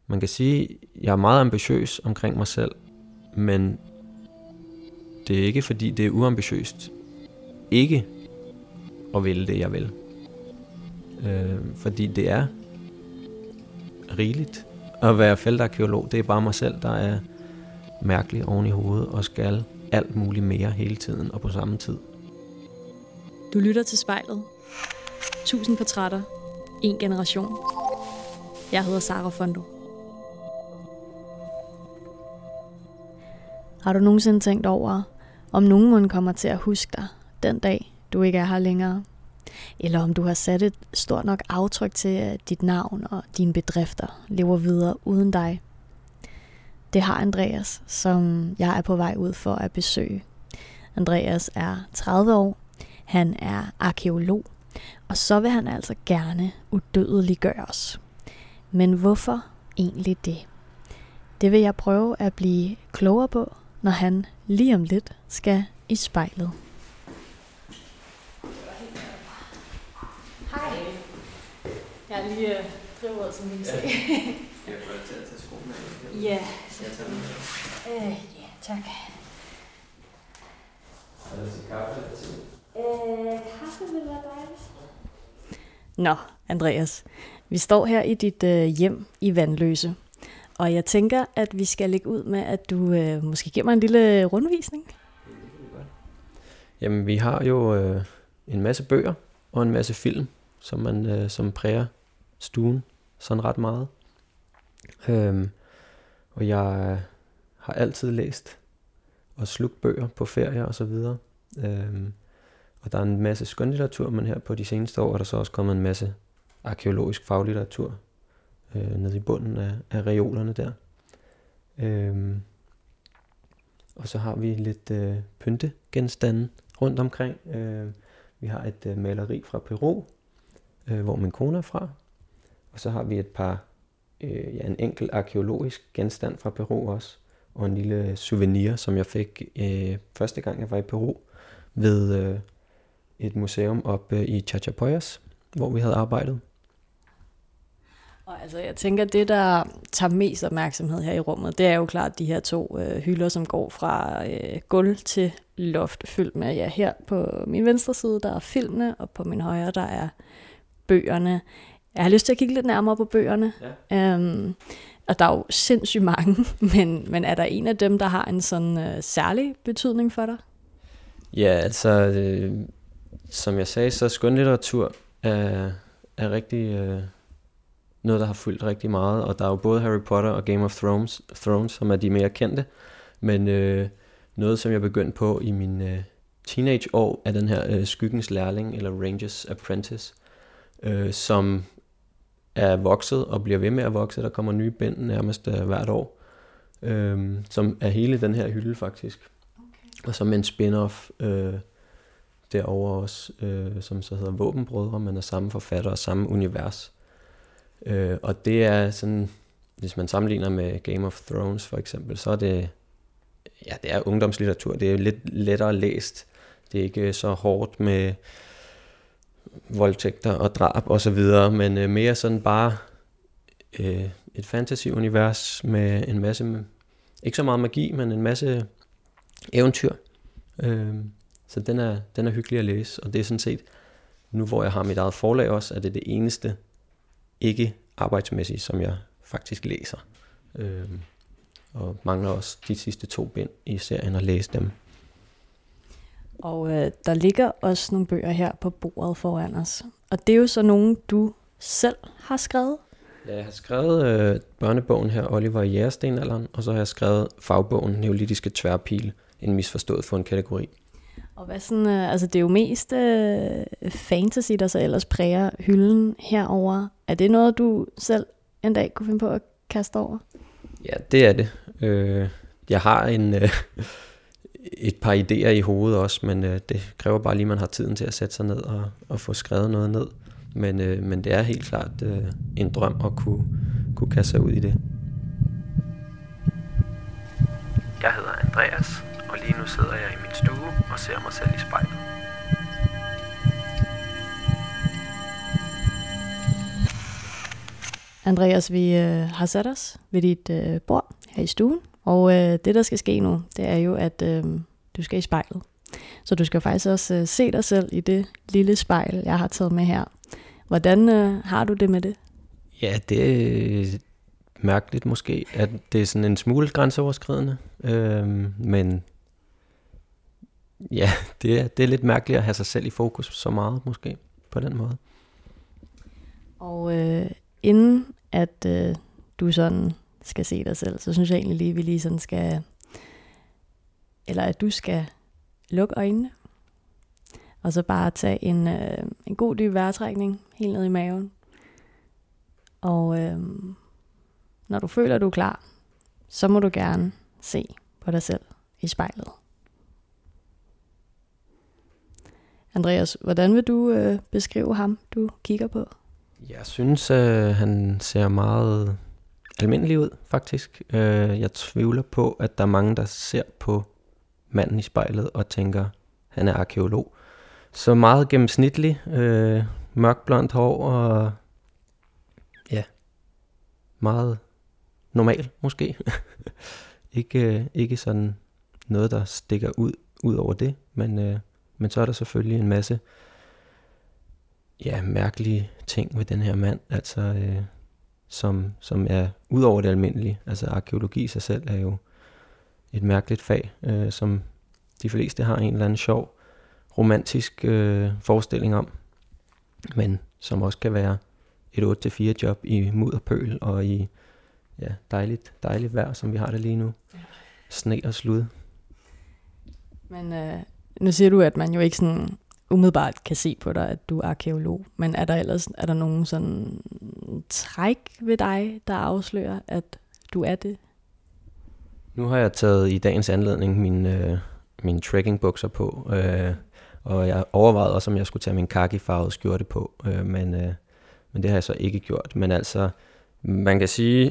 Man kan sige, at jeg er meget ambitiøs omkring mig selv, men det er ikke fordi det er uambitiøst ikke at ville det, jeg vil. Fordi det er rigeligt at være feltarkæolog. Det er bare mig selv, der er mærkelig oven i hovedet og skal alt muligt mere hele tiden og på samme tid. Du lytter til Spejlet. 1000 portrætter. En generation. Jeg hedder Sara Fondo. Har du nogensinde tænkt over, om nogen kommer til at huske dig den dag, du ikke er her længere? Eller om du har sat et stort nok aftryk til, at dit navn og dine bedrifter lever videre uden dig? Det har Andreas, som jeg er på vej ud for at besøge. Andreas er 30 år. Han er arkæolog. Og så vil han altså gerne udødeliggøres. Men hvorfor egentlig det? Det vil jeg prøve at blive klogere på, når han lige om lidt skal i spejlet. Hej. Jeg er lige drivet, som I kan se. Jeg får til at tage skoene af. Ja. Jeg tager den med. Ja, tak. Er der til kaffe eller til? Kaffe vil være dejligt. Nå, Andreas. Vi står her i dit hjem i Vandløse. Og jeg tænker, at vi skal lægge ud med, at du måske giver mig en lille rundvisning. Det kan vi godt. Jamen, vi har jo en masse bøger og en masse film, som præger stuen sådan ret meget. Og jeg har altid læst og slugt bøger på ferier og så videre. Og der er en masse skønlitteratur, men her på de seneste år er der så også kommet en masse arkæologisk faglitteratur nede i bunden af reolerne der. Og så har vi lidt pyntegenstande rundt omkring. Vi har et maleri fra Peru, hvor min kone er fra. Og så har vi et par, en enkelt arkæologisk genstand fra Peru også. Og en lille souvenir, som jeg fik første gang jeg var i Peru ved et museum oppe i Chachapoyas, hvor vi havde arbejdet. Og altså, jeg tænker, at det, der tager mest opmærksomhed her i rummet, det er jo klart de her to hylder, som går fra gulv til loft, fyldt med, ja, her på min venstre side, der er filmene, og på min højre, der er bøgerne. Jeg har lyst til at kigge lidt nærmere på bøgerne. Ja. Og der er jo sindssygt mange, men er der en af dem, der har en sådan særlig betydning for dig? Ja, altså, som jeg sagde, så skønlitteratur er rigtig noget, der har fyldt rigtig meget, og der er jo både Harry Potter og Game of Thrones, som er de mere kendte, men noget, som jeg begyndte på i mine teenageår, er den her Skyggens Lærling, eller Ranger's Apprentice, som er vokset og bliver ved med at vokse. Der kommer nye bind nærmest hvert år, som er hele den her hylde faktisk. Okay. Og så med en spin-off derovre også, som så hedder Våbenbrødre, men er samme forfatter og samme univers. Og det er sådan, hvis man sammenligner med Game of Thrones for eksempel, så er det, ja, det er ungdomslitteratur. Det er lidt lettere læst. Det er ikke så hårdt med voldtægter og drab og så videre, men mere sådan bare et fantasy-univers med en masse, ikke så meget magi, men en masse eventyr. Så den er hyggelig at læse, og det er sådan set, nu hvor jeg har mit eget forlag også, er det det eneste ikke arbejdsmæssigt, som jeg faktisk læser. Og mangler også de sidste 2 bind i serien at læse dem. Og der ligger også nogle bøger her på bordet foran os. Og det er jo så nogle, du selv har skrevet. Ja, jeg har skrevet børnebogen her, Oliver i Jægerstenalderen, og så har jeg skrevet fagbogen, Neolitiske tværpile, en misforstået for en kategori. Og hvad sådan, altså det er jo mest fantasy, der så ellers præger hylden herover. Er det noget, du selv en dag kunne finde på at kaste over? Ja, det er det. Jeg har et par idéer i hovedet også, men det kræver bare lige, at man har tiden til at sætte sig ned og få skrevet noget ned. Men det er helt klart en drøm at kunne kaste sig ud i det. Jeg hedder Andreas, og lige nu sidder jeg i min stue og ser mig selv i spejlet. Andreas, vi har sat os ved dit bord her i stuen, og det, der skal ske nu, det er jo, at du skal i spejlet. Så du skal faktisk også se dig selv i det lille spejl, jeg har taget med her. Hvordan har du det med det? Ja, det er mærkeligt måske, at det er sådan en smule grænseoverskridende, men ja, det er lidt mærkeligt at have sig selv i fokus så meget måske på den måde. Og inden at du sådan skal se dig selv, så synes jeg egentlig lige, at vi lige sådan skal, eller at du skal lukke øjnene, og så bare tage en god dyb vejrtrækning helt ned i maven. Og når du føler, at du er klar, så må du gerne se på dig selv i spejlet. Andreas, hvordan vil du beskrive ham, du kigger på? Jeg synes, han ser meget almindelig ud, faktisk. Jeg tvivler på, at der er mange, der ser på manden i spejlet og tænker, han er arkæolog. Så meget gennemsnitlig, mørkblondt hår og ja, meget normal måske. ikke sådan noget, der stikker ud over det, men så er der selvfølgelig en masse mærkelige ting ved den her mand, altså som er ud over det almindelige. Altså arkæologi i sig selv er jo et mærkeligt fag, som de fleste har en eller anden sjov, romantisk forestilling om, men som også kan være et 8-4 job i mudderpøl og i dejligt vejr, som vi har det lige nu. Sne og slud. Men nu siger du, at man jo ikke sådan umiddelbart kan se på dig, at du er arkæolog, men er der nogen sådan træk ved dig, der afslører, at du er det? Nu har jeg taget i dagens anledning mine trekkingbukser på, og jeg overvejede også, om jeg skulle tage min khaki-farvede skjorte på, men det har jeg så ikke gjort. Men altså, man kan sige,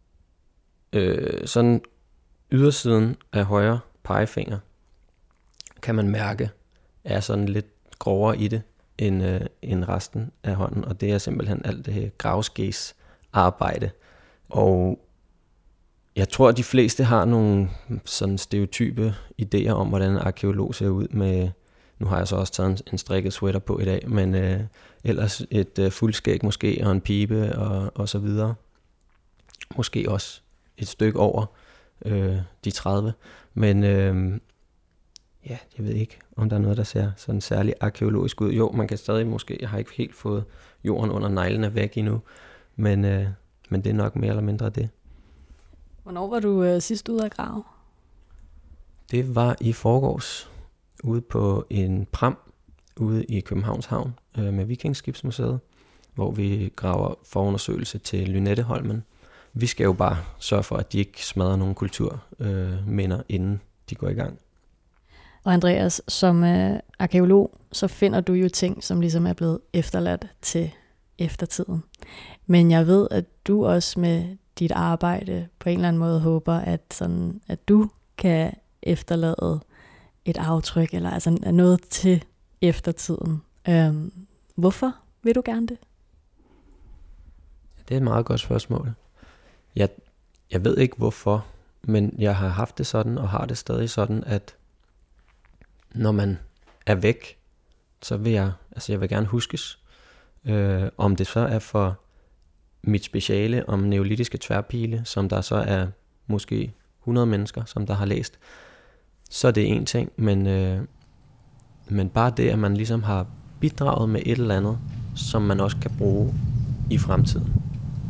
sådan ydersiden af højre pegefinger, kan man mærke, er sådan lidt grovere i det, end resten af hånden, og det er simpelthen alt det her gravskæs arbejde. Og jeg tror, at de fleste har nogle sådan stereotype idéer om, hvordan en arkæolog ser ud med, nu har jeg så også taget en strikket sweater på i dag, men ellers et fuldskæg måske, og en pibe, og så videre. Måske også et stykke over de 30, men jeg ved ikke, om der er noget, der ser sådan særlig arkæologisk ud. Jo, man kan stadig måske, jeg har ikke helt fået jorden under neglene væk endnu, men det er nok mere eller mindre det. Hvornår var du sidst ude at grave? Det var i forgårs, ude på en pram ude i Københavns Havn med Vikingskibsmuseet, hvor vi graver forundersøgelse til Lynetteholmen. Vi skal jo bare sørge for, at de ikke smadrer nogle kulturminder, inden de går i gang. Og Andreas, som arkæolog, så finder du jo ting, som ligesom er blevet efterladt til eftertiden. Men jeg ved, at du også med dit arbejde på en eller anden måde håber, at du kan efterlade et aftryk, eller altså noget til eftertiden. Hvorfor vil du gerne det? Det er et meget godt spørgsmål. Jeg ved ikke hvorfor, men jeg har haft det sådan, og har det stadig sådan, at når man er væk, så vil jeg vil gerne huskes. Om det så er for mit speciale om neolitiske tværpile, som der så er måske 100 mennesker, som der har læst, så er det en ting, men bare det, at man ligesom har bidraget med et eller andet, som man også kan bruge i fremtiden.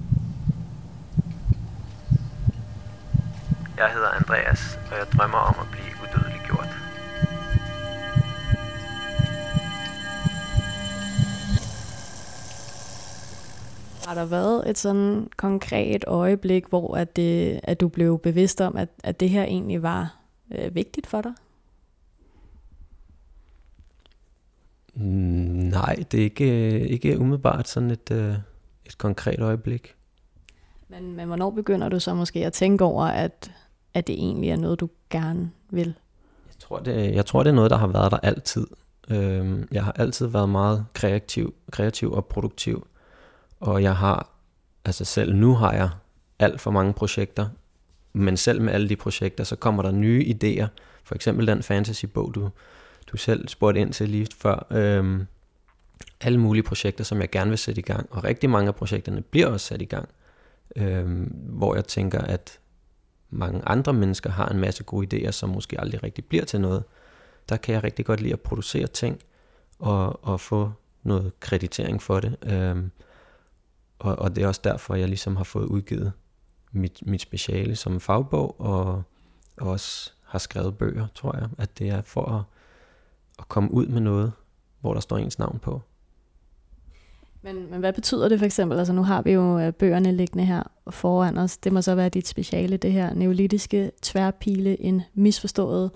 Jeg hedder Andreas, og jeg drømmer om at blive udødeliggjort. Har der været et sådan konkret øjeblik, hvor at du blev bevidst om, at det her egentlig var vigtigt for dig? Nej, det er ikke umiddelbart sådan et konkret øjeblik. Men hvornår begynder du så måske at tænke over, at det egentlig er noget, du gerne vil? Jeg tror, det er noget, der har været der altid. Jeg har altid været meget kreativ og produktiv. Og jeg har Altså selv nu har jeg alt for mange projekter, men selv med alle de projekter, så kommer der nye idéer. For eksempel den fantasy-bog, du selv spurgte ind til lige før. Alle mulige projekter, som jeg gerne vil sætte i gang. Og rigtig mange af projekterne bliver også sat i gang. Hvor jeg tænker, at mange andre mennesker har en masse gode idéer, som måske aldrig rigtig bliver til noget. Der kan jeg rigtig godt lide at producere ting, og få noget kreditering for det. Og det er også derfor, jeg ligesom har fået udgivet mit speciale som fagbog, og også har skrevet bøger, tror jeg. At det er for at komme ud med noget, hvor der står ens navn på. Men hvad betyder det for eksempel? Altså nu har vi jo bøgerne liggende her foran os. Det må så være dit speciale, det her neolitiske tværpile, en misforstået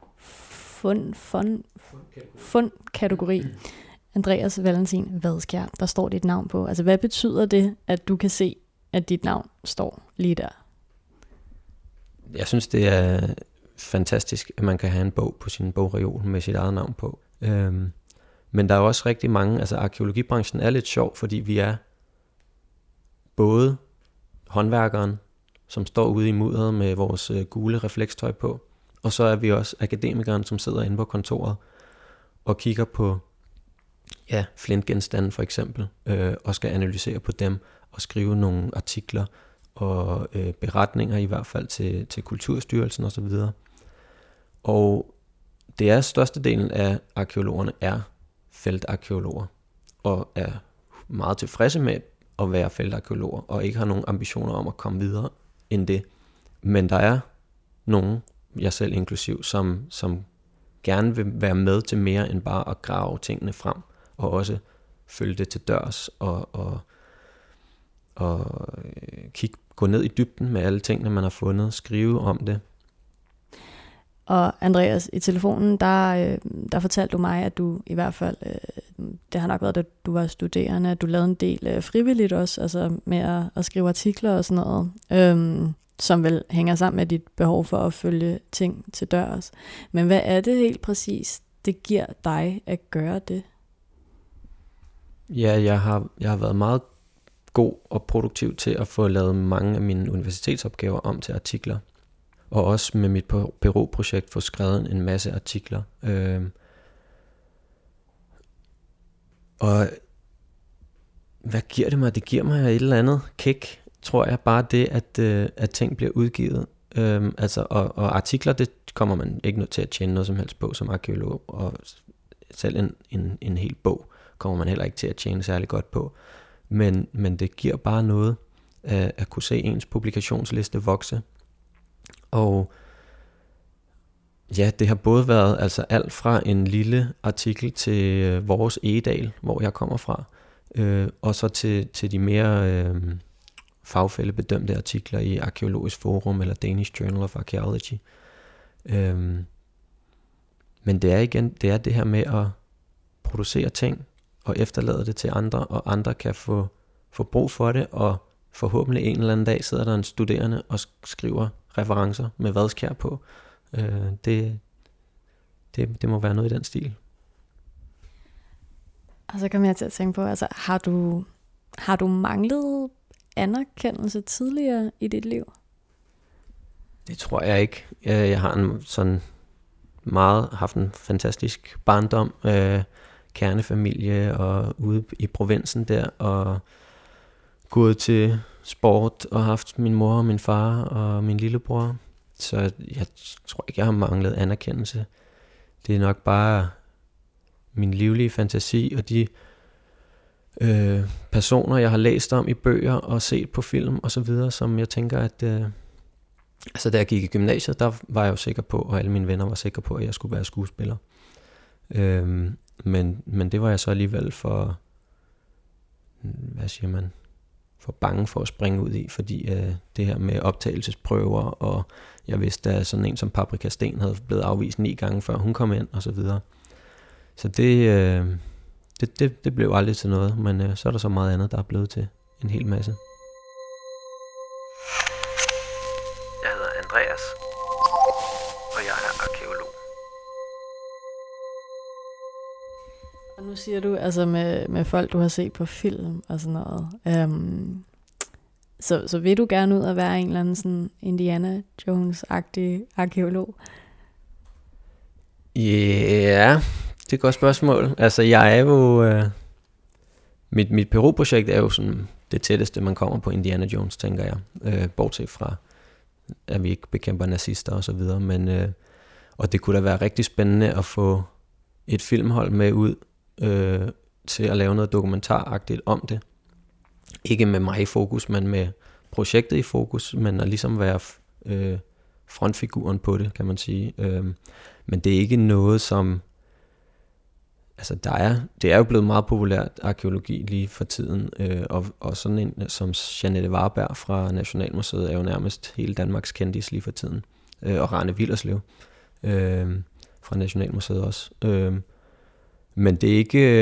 fundkategori. Andreas Valentin Vadskjær, der står dit navn på. Altså hvad betyder det, at du kan se, at dit navn står lige der? Jeg synes, det er fantastisk, at man kan have en bog på sin bogreol med sit eget navn på. Men der er også rigtig mange, altså arkæologibranchen er lidt sjov, fordi vi er både håndværkeren, som står ude i mudderet med vores gule reflekstøj på, og så er vi også akademikeren, som sidder inde på kontoret og kigger på flintgenstande for eksempel, og skal analysere på dem og skrive nogle artikler og beretninger i hvert fald til Kulturstyrelsen osv. Og det er størstedelen af arkæologerne er feltarkæologer, og er meget tilfredse med at være feltarkæologer, og ikke har nogen ambitioner om at komme videre end det. Men der er nogen, jeg selv inklusiv, som gerne vil være med til mere end bare at grave tingene frem, og også følge det til dørs, og gå ned i dybden med alle tingene, man har fundet, skrive om det. Og Andreas, i telefonen, der fortalte du mig, at du i hvert fald, det har nok været, da du var studerende, at du lavede en del frivilligt også, altså med at skrive artikler og sådan noget, som vel hænger sammen med dit behov for at følge ting til dørs. Men hvad er det helt præcis, det giver dig at gøre det? Ja, jeg har været meget god og produktiv til at få lavet mange af mine universitetsopgaver om til artikler. Og også med mit bureauprojekt få skrevet en masse artikler. Og hvad giver det mig? Det giver mig et eller andet kick, tror jeg. Bare det, at ting bliver udgivet. Og artikler, det kommer man ikke nødt til at tjene noget som helst på som arkæolog. Og selv en hel bog kommer man heller ikke til at tjene særlig godt på. Men det giver bare noget at kunne se ens publikationsliste vokse. Og ja, det har både været altså alt fra en lille artikel til vores Egedal, hvor jeg kommer fra, og så til de mere fagfællebedømte artikler i Arkæologisk Forum eller Danish Journal of Archaeology. Men det er det her med at producere ting og efterlade det til andre, og andre kan få brug for det, og forhåbentlig en eller anden dag sidder der en studerende og skriver referencer med Vadskjær på. Det må være noget i den stil. Og så kommer jeg til at tænke på, altså har du manglet anerkendelse tidligere i dit liv? Det tror jeg ikke. Jeg har haft en fantastisk barndom, kernefamilie og ude i provinsen der, og gået til sport og haft min mor og min far og min lillebror. Så jeg tror ikke, jeg har manglet anerkendelse. Det er nok bare min livlige fantasi og de personer, jeg har læst om i bøger og set på film og så videre, som jeg tænker, at da jeg gik i gymnasiet, der var jeg jo sikker på, og alle mine venner var sikre på, at jeg skulle være skuespiller. Men det var jeg så alligevel for, for bange for at springe ud i, fordi det her med optagelsesprøver, og jeg vidste, at sådan en som Paprika Sten havde blevet afvist 9 gange, før hun kom ind, og så videre. Så det blev aldrig til noget, men så er der så meget andet, der er blevet til en hel masse. Jeg hedder Andreas, og jeg er arkæolog. Og nu siger du, altså med folk, du har set på film og sådan noget, Så vil du gerne ud og være en eller anden sådan Indiana Jones-agtig arkeolog? Ja, det er et godt spørgsmål. Altså, jeg er jo... Mit Peru-projekt er jo sådan det tætteste, man kommer på Indiana Jones, tænker jeg. Bortset fra, at vi ikke bekæmper nazister og så videre. Men, og det kunne da være rigtig spændende at få et filmhold med ud til at lave noget dokumentaragtigt om det. Ikke med mig i fokus, men med projektet i fokus, men at ligesom være frontfiguren på det, kan man sige. Men det er ikke noget, som... Altså, det er jo blevet meget populært arkeologi lige for tiden, og sådan en som Jeanette Varberg fra Nationalmuseet er jo nærmest hele Danmarks kendis lige for tiden. Og Rane Willerslev fra Nationalmuseet også. Men det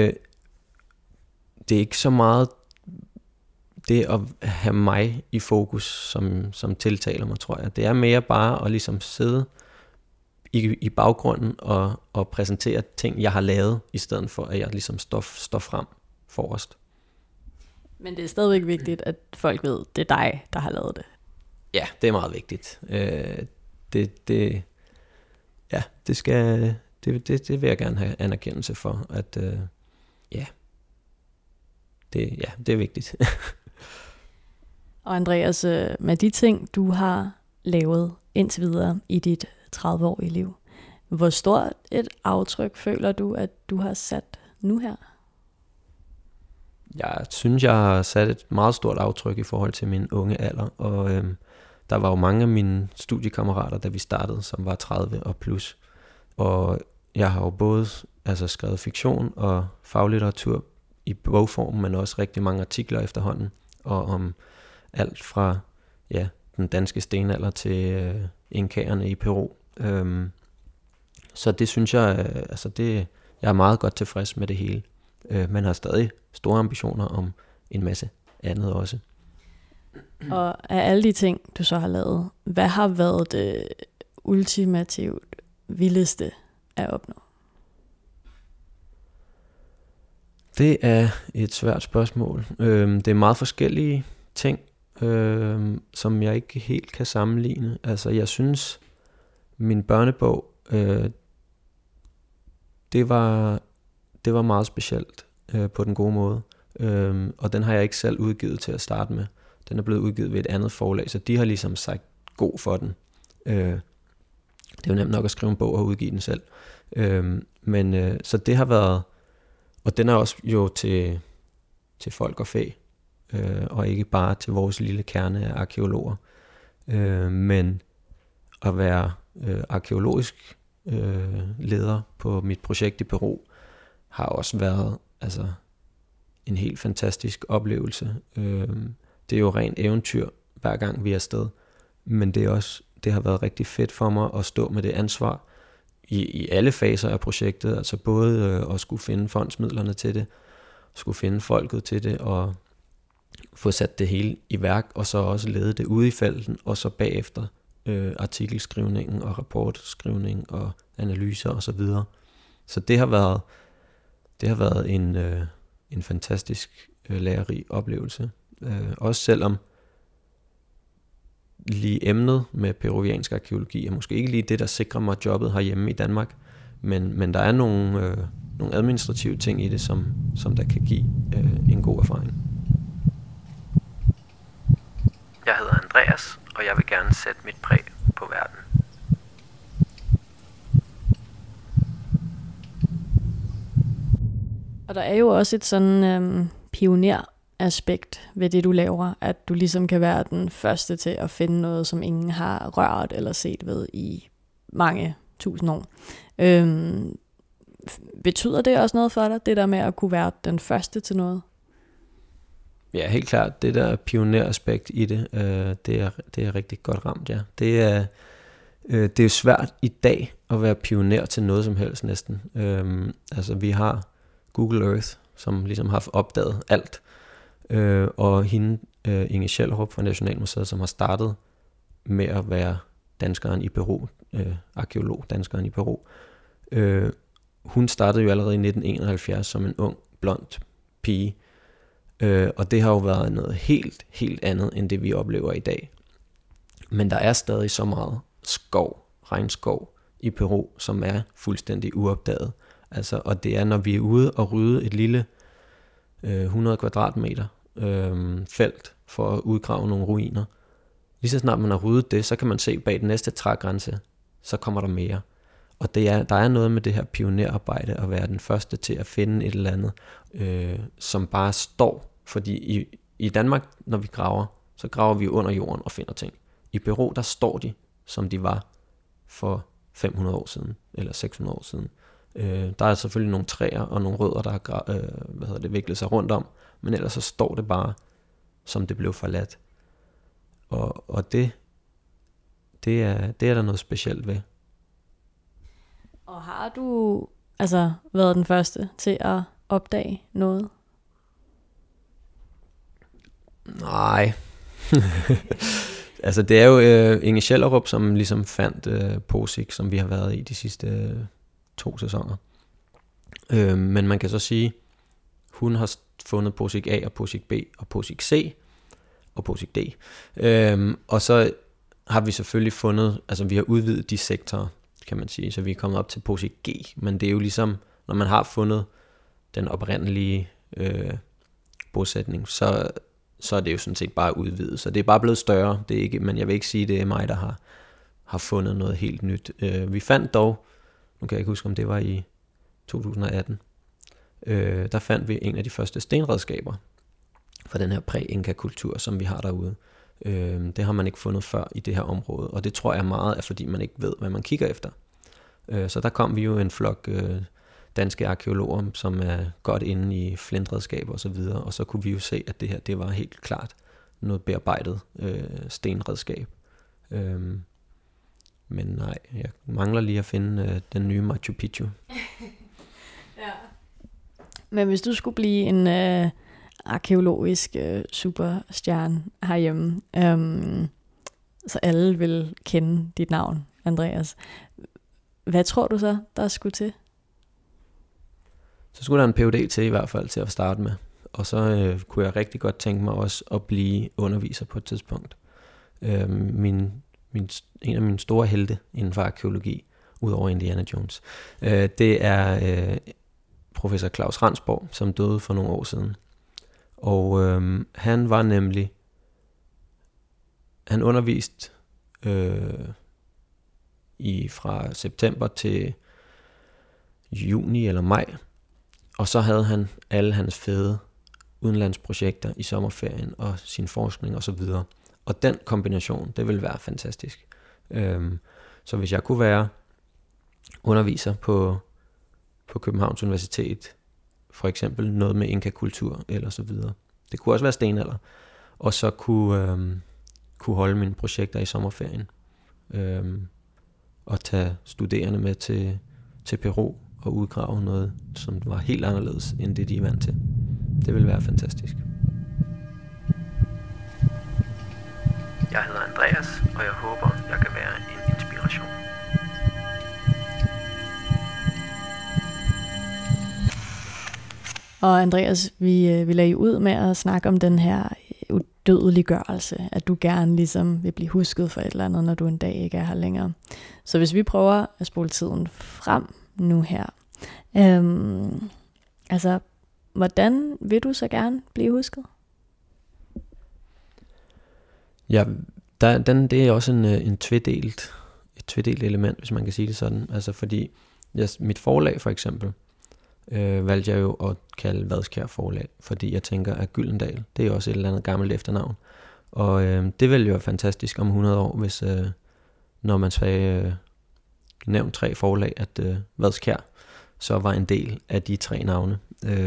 er ikke så meget det at have mig i fokus, som tiltaler mig, tror jeg. Det er mere bare at ligesom sidde i baggrunden og præsentere ting, jeg har lavet, i stedet for, at jeg ligesom står frem forrest. Men det er stadigvæk vigtigt, at folk ved, det er dig, der har lavet det. Ja, det er meget vigtigt. Det vil jeg gerne have anerkendelse for, at det er vigtigt. Og Andreas, med de ting, du har lavet indtil videre i dit 30-årige liv, hvor stort et aftryk føler du, at du har sat nu her? Jeg synes, jeg har sat et meget stort aftryk i forhold til min unge alder, og der var jo mange af mine studiekammerater, da vi startede, som var 30 og plus. Og jeg har jo både skrevet fiktion og faglitteratur i bogform, men også rigtig mange artikler efterhånden, og om alt fra den danske stenalder til inkaerne i Peru. Så det synes jeg, jeg er meget godt tilfreds med det hele. Man har stadig store ambitioner om en masse andet også. Og af alle de ting, du så har lavet, hvad har været det ultimativt vildeste at opnå? Det er et svært spørgsmål. Det er meget forskellige ting, som jeg ikke helt kan sammenligne. Altså, jeg synes, min børnebog, det var meget specielt på den gode måde. Og den har jeg ikke selv udgivet til at starte med. Den er blevet udgivet ved et andet forlag, så de har ligesom sagt god for den. Det er jo nemt nok at skrive en bog og udgive den selv. Så det har været, og den er også jo til folk og fæ, og ikke bare til vores lille kerne af arkeologer. Men at være arkeologisk leder på mit projekt i Peru har også været en helt fantastisk oplevelse. Det er jo ren eventyr hver gang vi er afsted, men det har været rigtig fedt for mig at stå med det ansvar i alle faser af projektet, altså både at skulle finde fondsmidlerne til det, skulle finde folket til det, og få sat det hele i værk, og så også lede det ude i felten, og så bagefter artikelskrivningen og rapportskrivning og analyser og så videre. Så det har været en fantastisk lærerig oplevelse. Også selvom lige emnet med peruviansk arkeologi er måske ikke lige det, der sikrer mig jobbet herhjemme i Danmark, men der er nogle administrative ting i det, som der kan give en god erfaring. Jeg hedder Andreas, og jeg vil gerne sætte mit præg på verden. Og der er jo også et sådan pioneraspekt ved det, du laver, at du ligesom kan være den første til at finde noget, som ingen har rørt eller set ved i mange tusind år. Betyder det også noget for dig, det der med at kunne være den første til noget? Ja, helt klart. Det der pioneraspekt i det, det er rigtig godt ramt, ja. Det er jo svært i dag at være pioner til noget som helst næsten. Vi har Google Earth, som ligesom har opdaget alt. Og hende, Inge Schjelderup fra Nationalmuseet, som har startet med at være danskeren i Peru, arkeolog, danskeren i Peru. Hun startede jo allerede i 1971 som en ung, blond pige, Og det har jo været noget helt andet, end det vi oplever i dag. Men der er stadig så meget regnskov i Peru, som er fuldstændig uopdaget. Altså, og det er, når vi er ude og rydde et lille 100 kvadratmeter felt for at udgrave nogle ruiner. Lige så snart man har ryddet det, så kan man se bag den næste trægrænse, så kommer der mere. Og der er noget med det her pionerarbejde, at være den første til at finde et eller andet, som bare står. Fordi i Danmark, når vi graver, så graver vi under jorden og finder ting. I Peru, der står de, som de var for 500 år siden, eller 600 år siden. Der er selvfølgelig nogle træer og nogle rødder, der har viklet sig rundt om, men ellers så står det bare, som det blev forladt. Og det er der noget specielt ved. Og har du været den første til at opdage noget? Nej. Altså det er jo Inge Schellerup, som ligesom fandt POSIG, som vi har været i de sidste 2 sæsoner. Men man kan så sige, hun har fundet POSIG A og POSIG B og POSIG C og POSIG D. Og så har vi selvfølgelig fundet, altså vi har udvidet de sektorer, kan man sige, så vi er kommet op til POSIG G. Men det er jo ligesom, når man har fundet den oprindelige bosætning, så er det jo sådan set bare udvidet. Så det er bare blevet større. Det er ikke, men jeg vil ikke sige, at det er mig, der har fundet noget helt nyt. Vi fandt dog, nu kan jeg ikke huske, om det var i 2018, der fandt vi en af de første stenredskaber fra den her præ-inka-kultur, som vi har derude. Det har man ikke fundet før i det her område, og det tror jeg meget er, fordi man ikke ved, hvad man kigger efter. Så der kom vi jo en flok danske arkeologer, som er godt inde i flintredskaber og så videre, og så kunne vi jo se, at det her, det var helt klart noget bearbejdet stenredskab. Men nej, jeg mangler lige at finde den nye Machu Picchu. Ja. Men hvis du skulle blive en arkeologisk superstjerne herhjemme, så alle vil kende dit navn, Andreas. Hvad tror du så, der skulle til? Så skulle der en Ph.D. til i hvert fald til at starte med. Og så kunne jeg rigtig godt tænke mig også at blive underviser på et tidspunkt. En af mine store helte inden for arkeologi, udover Indiana Jones, det er professor Claus Ransborg, som døde for nogle år siden. Og han var nemlig, han underviste fra september til juni eller maj, og så havde han alle hans fede udenlandsprojekter i sommerferien og sin forskning og så videre. Og den kombination, det ville være fantastisk. Så hvis jeg kunne være underviser på Københavns Universitet, for eksempel noget med inka-kultur eller så videre. Det kunne også være stenalder. Og så kunne holde mine projekter i sommerferien. Og tage studerende med til Peru og udgrave noget, som var helt anderledes end det, de er vant til. Det ville være fantastisk. Jeg hedder Andreas, og jeg håber, jeg kan være en inspiration. Og Andreas, vi lagde I ud med at snakke om den her udødeliggørelse, at du gerne ligesom vil blive husket for et eller andet, når du en dag ikke er her længere. Så hvis vi prøver at spole tiden frem nu her, hvordan vil du så gerne blive husket? Ja, det er også et tvedelt element, hvis man kan sige det sådan. Altså fordi mit forlag for eksempel, valgte jeg jo at kalde Vadskjær Forlag, fordi jeg tænker, at Gyldendal, det er også et eller andet gammelt efternavn. Og det ville jo være fantastisk om 100 år, hvis når man sagde nævnt 3 forlag, at Vadskjær så var en del af de 3 navne.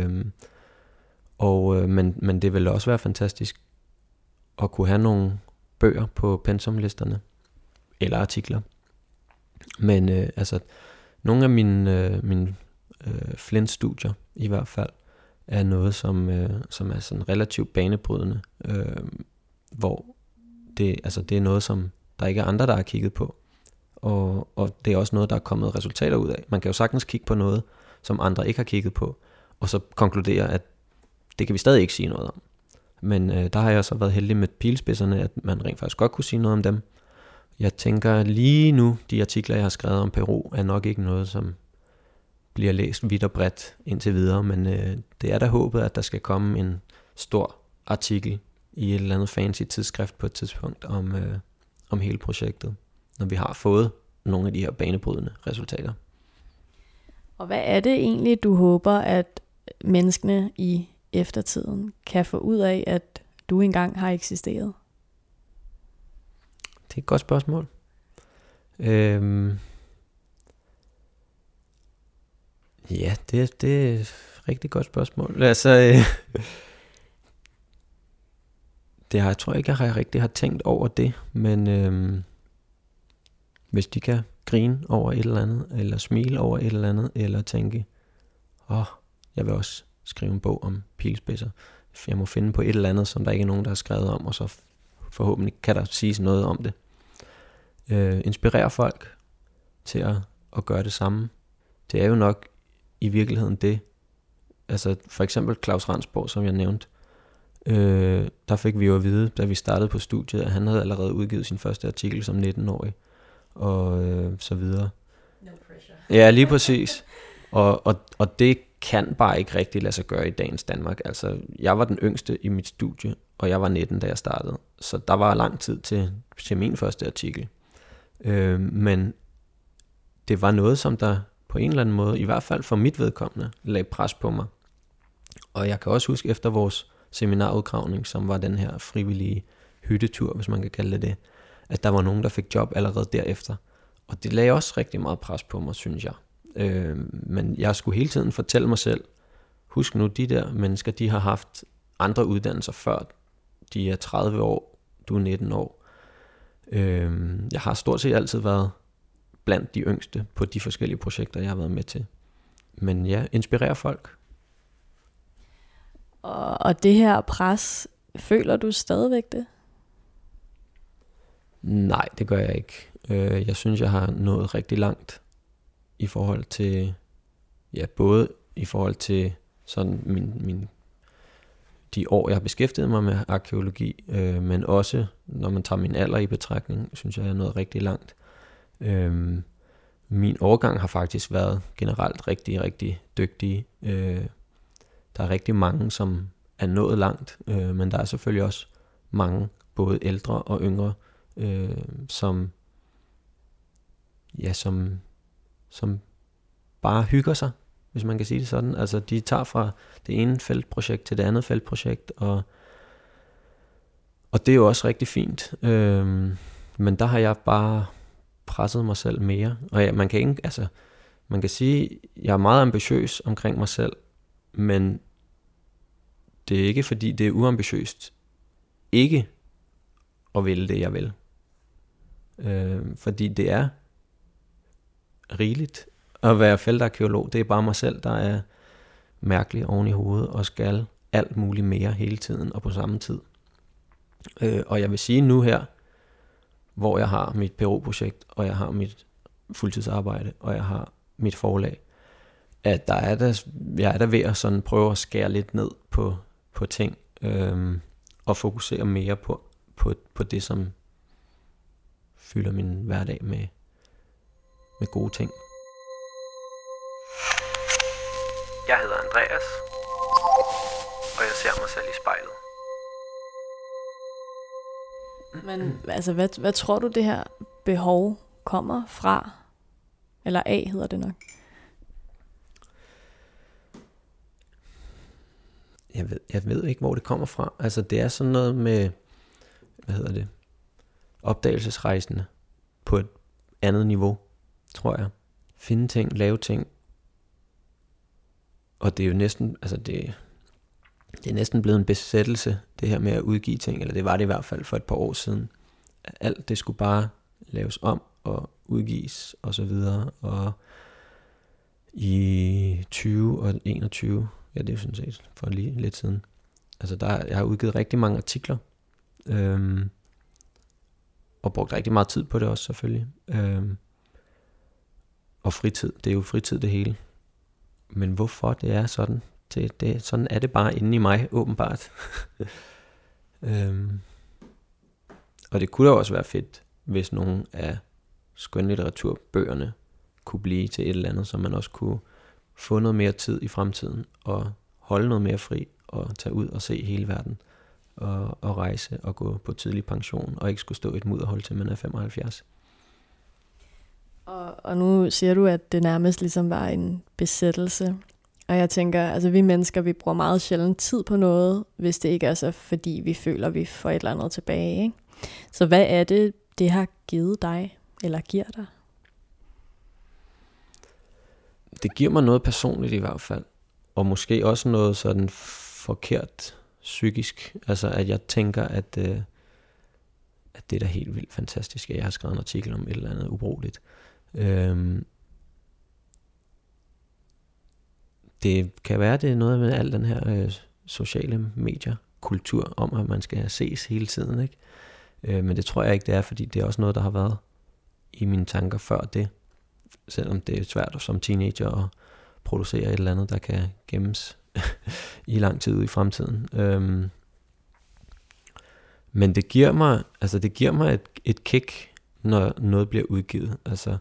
Men det ville også være fantastisk at kunne have nogle bøger på pensumlisterne, eller artikler. Men nogle af mine Flint-studier i hvert fald, er noget, som er sådan relativt banebrydende, hvor det er noget, som der ikke er andre, der har kigget på, og det er også noget, der er kommet resultater ud af. Man kan jo sagtens kigge på noget, som andre ikke har kigget på, og så konkludere, at det kan vi stadig ikke sige noget om. Men der har jeg så været heldig med pilspidserne, at man rent faktisk godt kunne sige noget om dem. Jeg tænker lige nu, de artikler, jeg har skrevet om Peru, er nok ikke noget, som bliver læst vidt og bredt indtil videre, men det er da håbet, at der skal komme en stor artikel i et eller andet fancy tidsskrift på et tidspunkt om hele projektet, når vi har fået nogle af de her banebrydende resultater. Og hvad er det egentlig, du håber, at menneskene i eftertiden kan få ud af, at du engang har eksisteret? Det er et godt spørgsmål. Ja, det er et rigtig godt spørgsmål. Altså, jeg tror ikke, jeg rigtig har tænkt over det, men hvis de kan grine over et eller andet, eller smile over et eller andet, eller tænke, jeg vil også skrive en bog om pilspidser. Jeg må finde på et eller andet, som der ikke er nogen, der har skrevet om, og så forhåbentlig kan der siges noget om det. Inspirere folk til at gøre det samme. Det er jo nok i virkeligheden det. Altså for eksempel Claus Ransborg, som jeg nævnte. Der fik vi jo at vide, da vi startede på studiet, at han havde allerede udgivet sin første artikel som 19-årig. Og så videre. No pressure. Ja, lige præcis. Og det kan bare ikke rigtig lade sig gøre i dagens Danmark. Altså, jeg var den yngste i mit studie, og jeg var 19, da jeg startede. Så der var lang tid til min første artikel. Men det var noget, som der på en eller anden måde, i hvert fald for mit vedkommende, lagde pres på mig. Og jeg kan også huske efter vores seminarudgravning, som var den her frivillige hyttetur, hvis man kan kalde det, at der var nogen, der fik job allerede derefter. Og det lagde også rigtig meget pres på mig, synes jeg. Men jeg skulle hele tiden fortælle mig selv, husk nu, de der mennesker, de har haft andre uddannelser før. De er 30 år, du er 19 år. Jeg har stort set altid været blandt de yngste på de forskellige projekter, jeg har været med til. Men ja, inspirere folk. Og det her pres, føler du stadigvæk det? Nej, det gør jeg ikke. Jeg synes, jeg har nået rigtig langt i forhold til, ja, både i forhold til sådan de år, jeg har beskæftiget mig med arkæologi, men også når man tager min alder i betragtning, synes jeg er nået rigtig langt. Min årgang har faktisk været generelt rigtig, rigtig dygtige. Der er rigtig mange, som er nået langt, men der er selvfølgelig også mange, både ældre og yngre, som bare hygger sig, hvis man kan sige det sådan. Altså de tager fra det ene feltprojekt til det andet feltprojekt, og det er jo også rigtig fint. Men der har jeg bare presset mig selv mere. Og ja, man kan sige, jeg er meget ambitiøs omkring mig selv, men det er ikke fordi det er uambitiøst ikke at ville det, jeg vil. Fordi det er rigeligt at være feltarkæolog. Det er bare mig selv, der er mærkelig oven i hovedet og skal alt muligt mere hele tiden og på samme tid. Og jeg vil sige nu her, hvor jeg har mit Peru-projekt, og jeg har mit fuldtidsarbejde, og jeg har mit forlag, at jeg er der ved at sådan prøve at skære lidt ned på ting, og fokusere mere på det, som fylder min hverdag med gode ting. Jeg hedder Andreas, og jeg ser mig selv i spejlet. Men altså, hvad tror du, det her behov kommer fra? Eller af, hedder det nok. Jeg ved ikke, hvor det kommer fra. Altså, det er sådan noget med, opdagelsesrejsende på et andet niveau, tror jeg. Finde ting, lave ting. Og det er jo næsten, altså det er næsten blevet en besættelse, det her med at udgive ting, eller det var det i hvert fald for et par år siden. Alt det skulle bare laves om og udgives og så videre. Og i 20 og 21, ja, det er jo sådan set for lige lidt siden. Altså jeg har udgivet rigtig mange artikler, og brugt rigtig meget tid på det også selvfølgelig. Og fritid, det er jo fritid det hele. Men hvorfor det er sådan, Sådan er det bare inde i mig, åbenbart. Og det kunne da også være fedt, hvis nogle af skønlitteraturbøgerne kunne blive til et eller andet, så man også kunne få noget mere tid i fremtiden, og holde noget mere fri, og tage ud og se hele verden, og rejse og gå på tidlig pension, og ikke skulle stå i et mudderhold til man er 75. Og nu siger du, at det nærmest ligesom var en besættelse. Og jeg tænker, altså vi mennesker, vi bruger meget sjældent tid på noget, hvis det ikke er så, fordi vi føler, vi får et eller andet tilbage, ikke? Så hvad er det har givet dig, eller giver dig? Det giver mig noget personligt i hvert fald, og måske også noget sådan forkert psykisk. Altså at jeg tænker, at det er da helt vildt fantastisk, at jeg har skrevet en artikel om et eller andet ubrugeligt. Det kan være, det er noget med al den her sociale medier kultur om, at man skal ses hele tiden, ikke? Men det tror jeg ikke, det er, fordi det er også noget, der har været i mine tanker før det. Selvom det er svært som teenager at producere et eller andet, der kan gemmes i lang tid ude i fremtiden. Men det giver mig et kick, når noget bliver udgivet. Altså,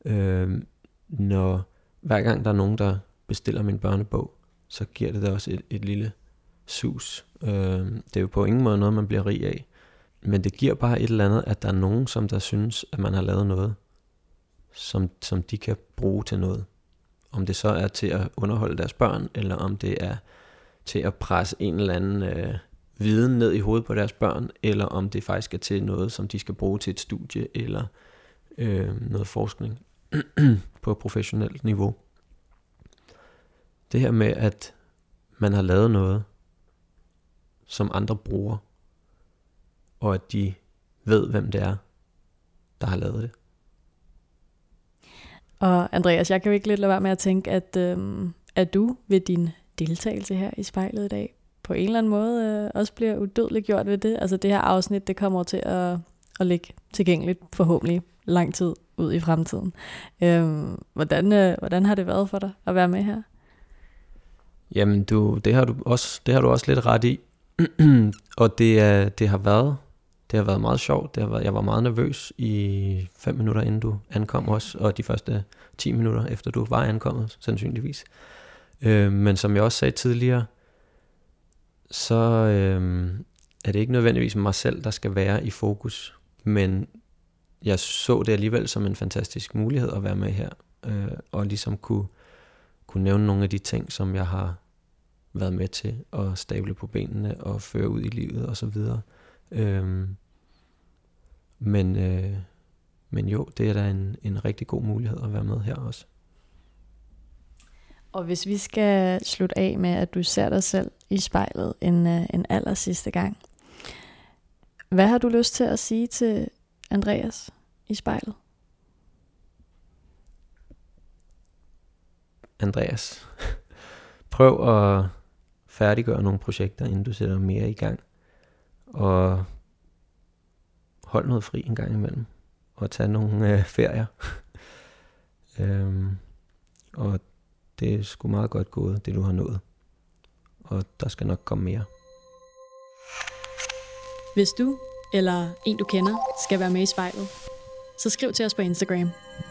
når hver gang der er nogen, der bestiller min børnebog, så giver det da også et lille sus. Det er jo på ingen måde noget, man bliver rig af. Men det giver bare et eller andet, at der er nogen, som der synes, at man har lavet noget, som de kan bruge til noget. Om det så er til at underholde deres børn, eller om det er til at presse en eller anden viden ned i hovedet på deres børn, eller om det faktisk er til noget, som de skal bruge til et studie, eller noget forskning på et professionelt niveau. Det her med, at man har lavet noget, som andre bruger, og at de ved, hvem det er, der har lavet det. Og Andreas, jeg kan jo ikke lidt lade være med at tænke, at du ved din deltagelse her i spejlet i dag, på en eller anden måde også bliver udødeligt gjort ved det. Altså det her afsnit, det kommer til at ligge tilgængeligt forhåbentlig lang tid ud i fremtiden. Hvordan har det været for dig at være med her? Jamen, det har du også lidt ret i. Og det har været meget sjovt. Jeg var meget nervøs i 5 minutter, inden du ankom også, og de første 10 minutter efter du var ankommet, sandsynligvis. Men som jeg også sagde tidligere, så er det ikke nødvendigvis mig selv, der skal være i fokus, men jeg så det alligevel som en fantastisk mulighed at være med her, og ligesom kunne nævne nogle af de ting, som jeg har været med til at stable på benene og føre ud i livet og så videre. Men jo, det er da en rigtig god mulighed at være med her også. Og hvis vi skal slutte af med, at du ser dig selv i spejlet en aller sidste gang, hvad har du lyst til at sige til Andreas i spejlet? Andreas, prøv at færdiggøre nogle projekter, inden du sætter mere i gang. Og hold noget fri en gang imellem. Og tag nogle ferier. Og det er sgu meget godt gået, det du har nået. Og der skal nok komme mere. Hvis du eller en du kender skal være med i spejlet, så skriv til os på Instagram.